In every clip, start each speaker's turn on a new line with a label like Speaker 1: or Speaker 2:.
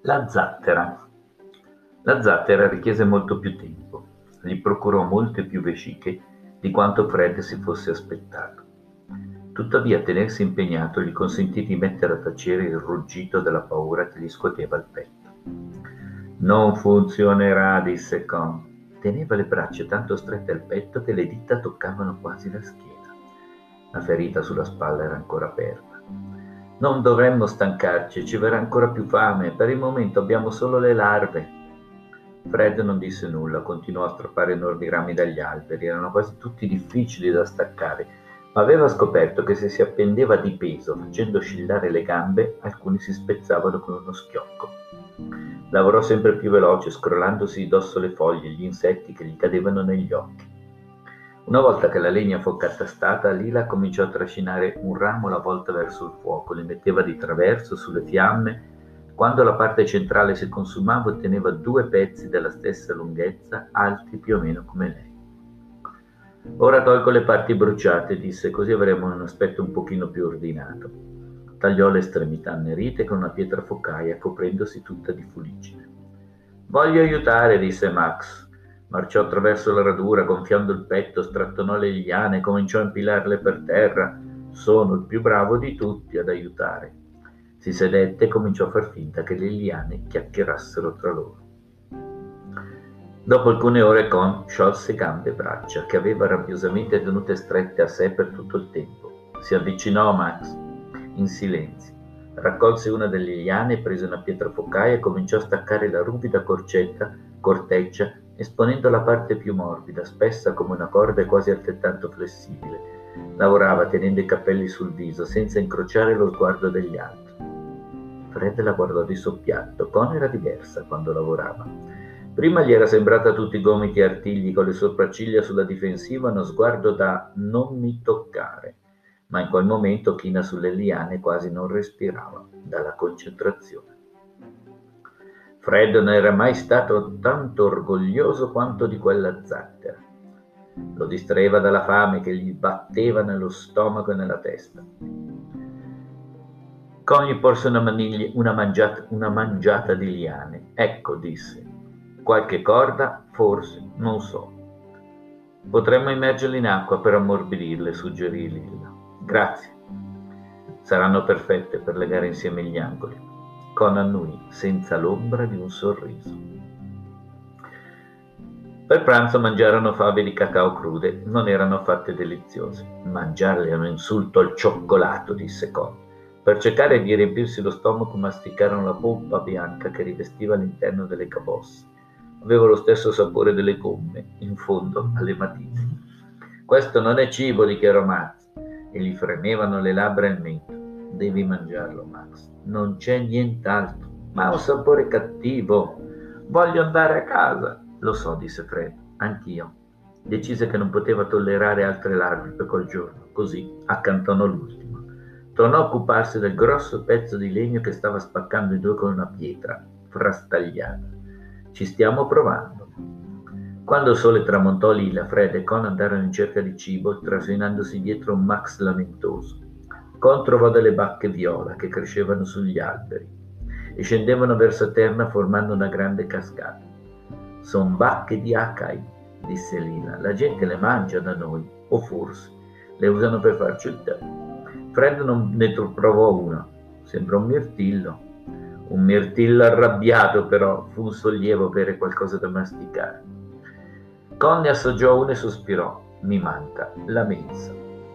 Speaker 1: La zattera. La zattera richiese molto più tempo, gli procurò molte più vesciche di quanto Fred si fosse aspettato. Tuttavia tenersi impegnato gli consentì di mettere a tacere il ruggito della paura che gli scuoteva il petto. Non funzionerà, disse Con. Teneva le braccia tanto strette al petto che le dita toccavano quasi la schiena. La ferita sulla spalla era ancora aperta. Non dovremmo stancarci, ci verrà ancora più fame. Per il momento abbiamo solo le larve. Fred non disse nulla, continuò a strappare enormi rami dagli alberi. Erano quasi tutti difficili da staccare, ma aveva scoperto che se si appendeva di peso, facendo oscillare le gambe, alcuni si spezzavano con uno schiocco. Lavorò sempre più veloce, scrollandosi di dosso le foglie e gli insetti che gli cadevano negli occhi. Una volta che la legna fu accatastata, Lila cominciò a trascinare un ramo alla volta verso il fuoco, li metteva di traverso sulle fiamme. Quando la parte centrale si consumava, otteneva 2 pezzi della stessa lunghezza, alti più o meno come lei. Ora tolgo le parti bruciate, disse, così avremo un aspetto un pochino più ordinato. Tagliò le estremità annerite con una pietra focaia, coprendosi tutta di fuliggine. Voglio aiutare, disse Max. Marciò attraverso la radura, gonfiando il petto, strattonò le liane e cominciò a impilarle per terra. Sono il più bravo di tutti ad aiutare. Si sedette e cominciò a far finta che le liane chiacchierassero tra loro. Dopo alcune ore Con sciolse gambe e braccia, che aveva rabbiosamente tenute strette a sé per tutto il tempo. Si avvicinò a Max, in silenzio. Raccolse una delle liane, prese una pietra focaia e cominciò a staccare la ruvida corteccia, esponendo la parte più morbida, spessa come una corda e quasi altrettanto flessibile. Lavorava tenendo i capelli sul viso, senza incrociare lo sguardo degli altri. Fred la guardò di soppiatto. Con era diversa quando lavorava. Prima gli era sembrata a tutti gomiti e artigli, con le sopracciglia sulla difensiva, uno sguardo da non mi toccare, ma in quel momento china sulle liane quasi non respirava dalla concentrazione. Fred non era mai stato tanto orgoglioso quanto di quella zattera. Lo distraeva dalla fame che gli batteva nello stomaco e nella testa. Con gli porse una mangiata di liane. Ecco, disse. Qualche corda? Forse, non so. Potremmo immergerle in acqua per ammorbidirle, suggerì Lilla. Grazie. Saranno perfette per legare insieme gli angoli. Con annui, senza l'ombra di un sorriso. Per pranzo mangiarono fave di cacao crude, non erano affatto deliziose. Mangiarle è un insulto al cioccolato, disse Con. Per cercare di riempirsi lo stomaco masticarono la polpa bianca che rivestiva l'interno delle cabosse. Aveva lo stesso sapore delle gomme, in fondo alle matite. Questo non è cibo, dichiarò Max, e gli fremevano le labbra e il mento. Devi mangiarlo, Max. Non c'è nient'altro, ma ha un sapore cattivo. Voglio andare a casa. Lo so, disse Fred. Anch'io. Decise che non poteva tollerare altre larve per quel giorno, così accantonò l'ultimo. Tornò a occuparsi del grosso pezzo di legno che stava spaccando in 2 con una pietra frastagliata. Ci stiamo provando. Quando il sole tramontò, Lilla, Fred e Con andarono in cerca di cibo, trascinandosi dietro un Max lamentoso. Con trovò delle bacche viola che crescevano sugli alberi e scendevano verso terra formando una grande cascata. Son bacche di acai, disse Lilla. La gente le mangia da noi, o forse le usano per farci il tè. Fred non ne provò una. Sembra un mirtillo. Un mirtillo arrabbiato, però fu un sollievo avere qualcosa da masticare. Con ne assaggiò una e sospirò. Mi manca la mensa.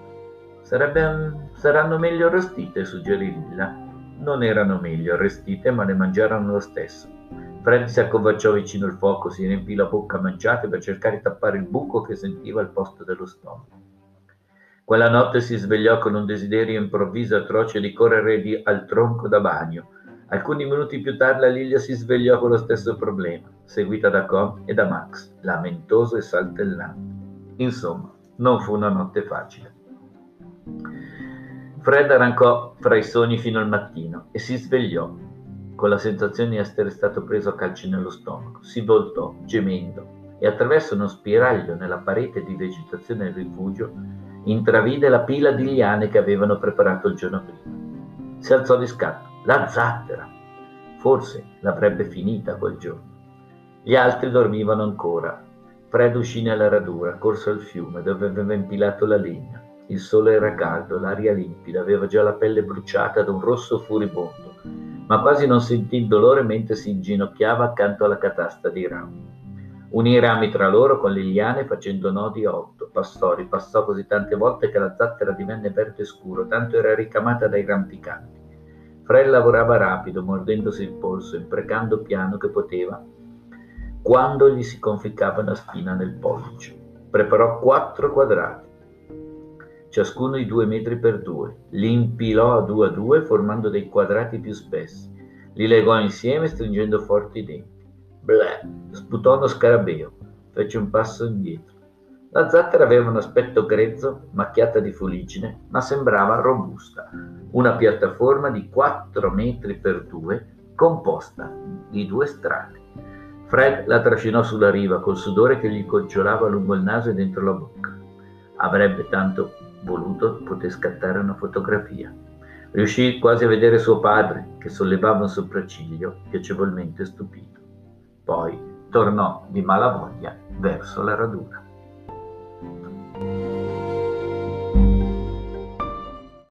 Speaker 1: Saranno meglio arrostite, suggerì Lilla. Non erano meglio arrostite, ma le mangiarono lo stesso. Fred si accovacciò vicino al fuoco, si riempì la bocca a mangiate per cercare di tappare il buco che sentiva al posto dello stomaco. Quella notte si svegliò con un desiderio improvviso e atroce di correre al tronco da bagno. Alcuni minuti più tardi la Lilla si svegliò con lo stesso problema, seguita da Con e da Max, lamentoso e saltellante. Insomma, non fu una notte facile. Fred arrancò fra i sogni fino al mattino e si svegliò, con la sensazione di essere stato preso a calci nello stomaco. Si voltò, gemendo, e attraverso uno spiraglio nella parete di vegetazione del rifugio intravide la pila di liane che avevano preparato il giorno prima. Si alzò di scatto. La zattera! Forse l'avrebbe finita quel giorno. Gli altri dormivano ancora. Fred uscì nella radura, corse al fiume dove aveva impilato la legna. Il sole era caldo, l'aria limpida, aveva già la pelle bruciata da un rosso furibondo, ma quasi non sentì il dolore mentre si inginocchiava accanto alla catasta di rami. Unì i rami tra loro con le liane facendo nodi a 8. Passò così tante volte che la zattera divenne verde scuro, tanto era ricamata dai rampicanti. Fred lavorava rapido, mordendosi il polso, imprecando piano che poteva, quando gli si conficcava una spina nel pollice. Preparò 4 quadrati, ciascuno di 2 metri per 2. Li impilò a due, formando dei quadrati più spessi. Li legò insieme stringendo forti i denti. Bleh, sputò uno scarabeo. Fece un passo indietro. La zattera aveva un aspetto grezzo, macchiata di fuliggine, ma sembrava robusta. Una piattaforma di 4 metri per 2, composta di 2 strati. Fred la trascinò sulla riva col sudore che gli gocciolava lungo il naso e dentro la bocca. Avrebbe tanto voluto poter scattare una fotografia. Riuscì quasi a vedere suo padre, che sollevava un sopracciglio piacevolmente stupito. Poi tornò di malavoglia verso la radura.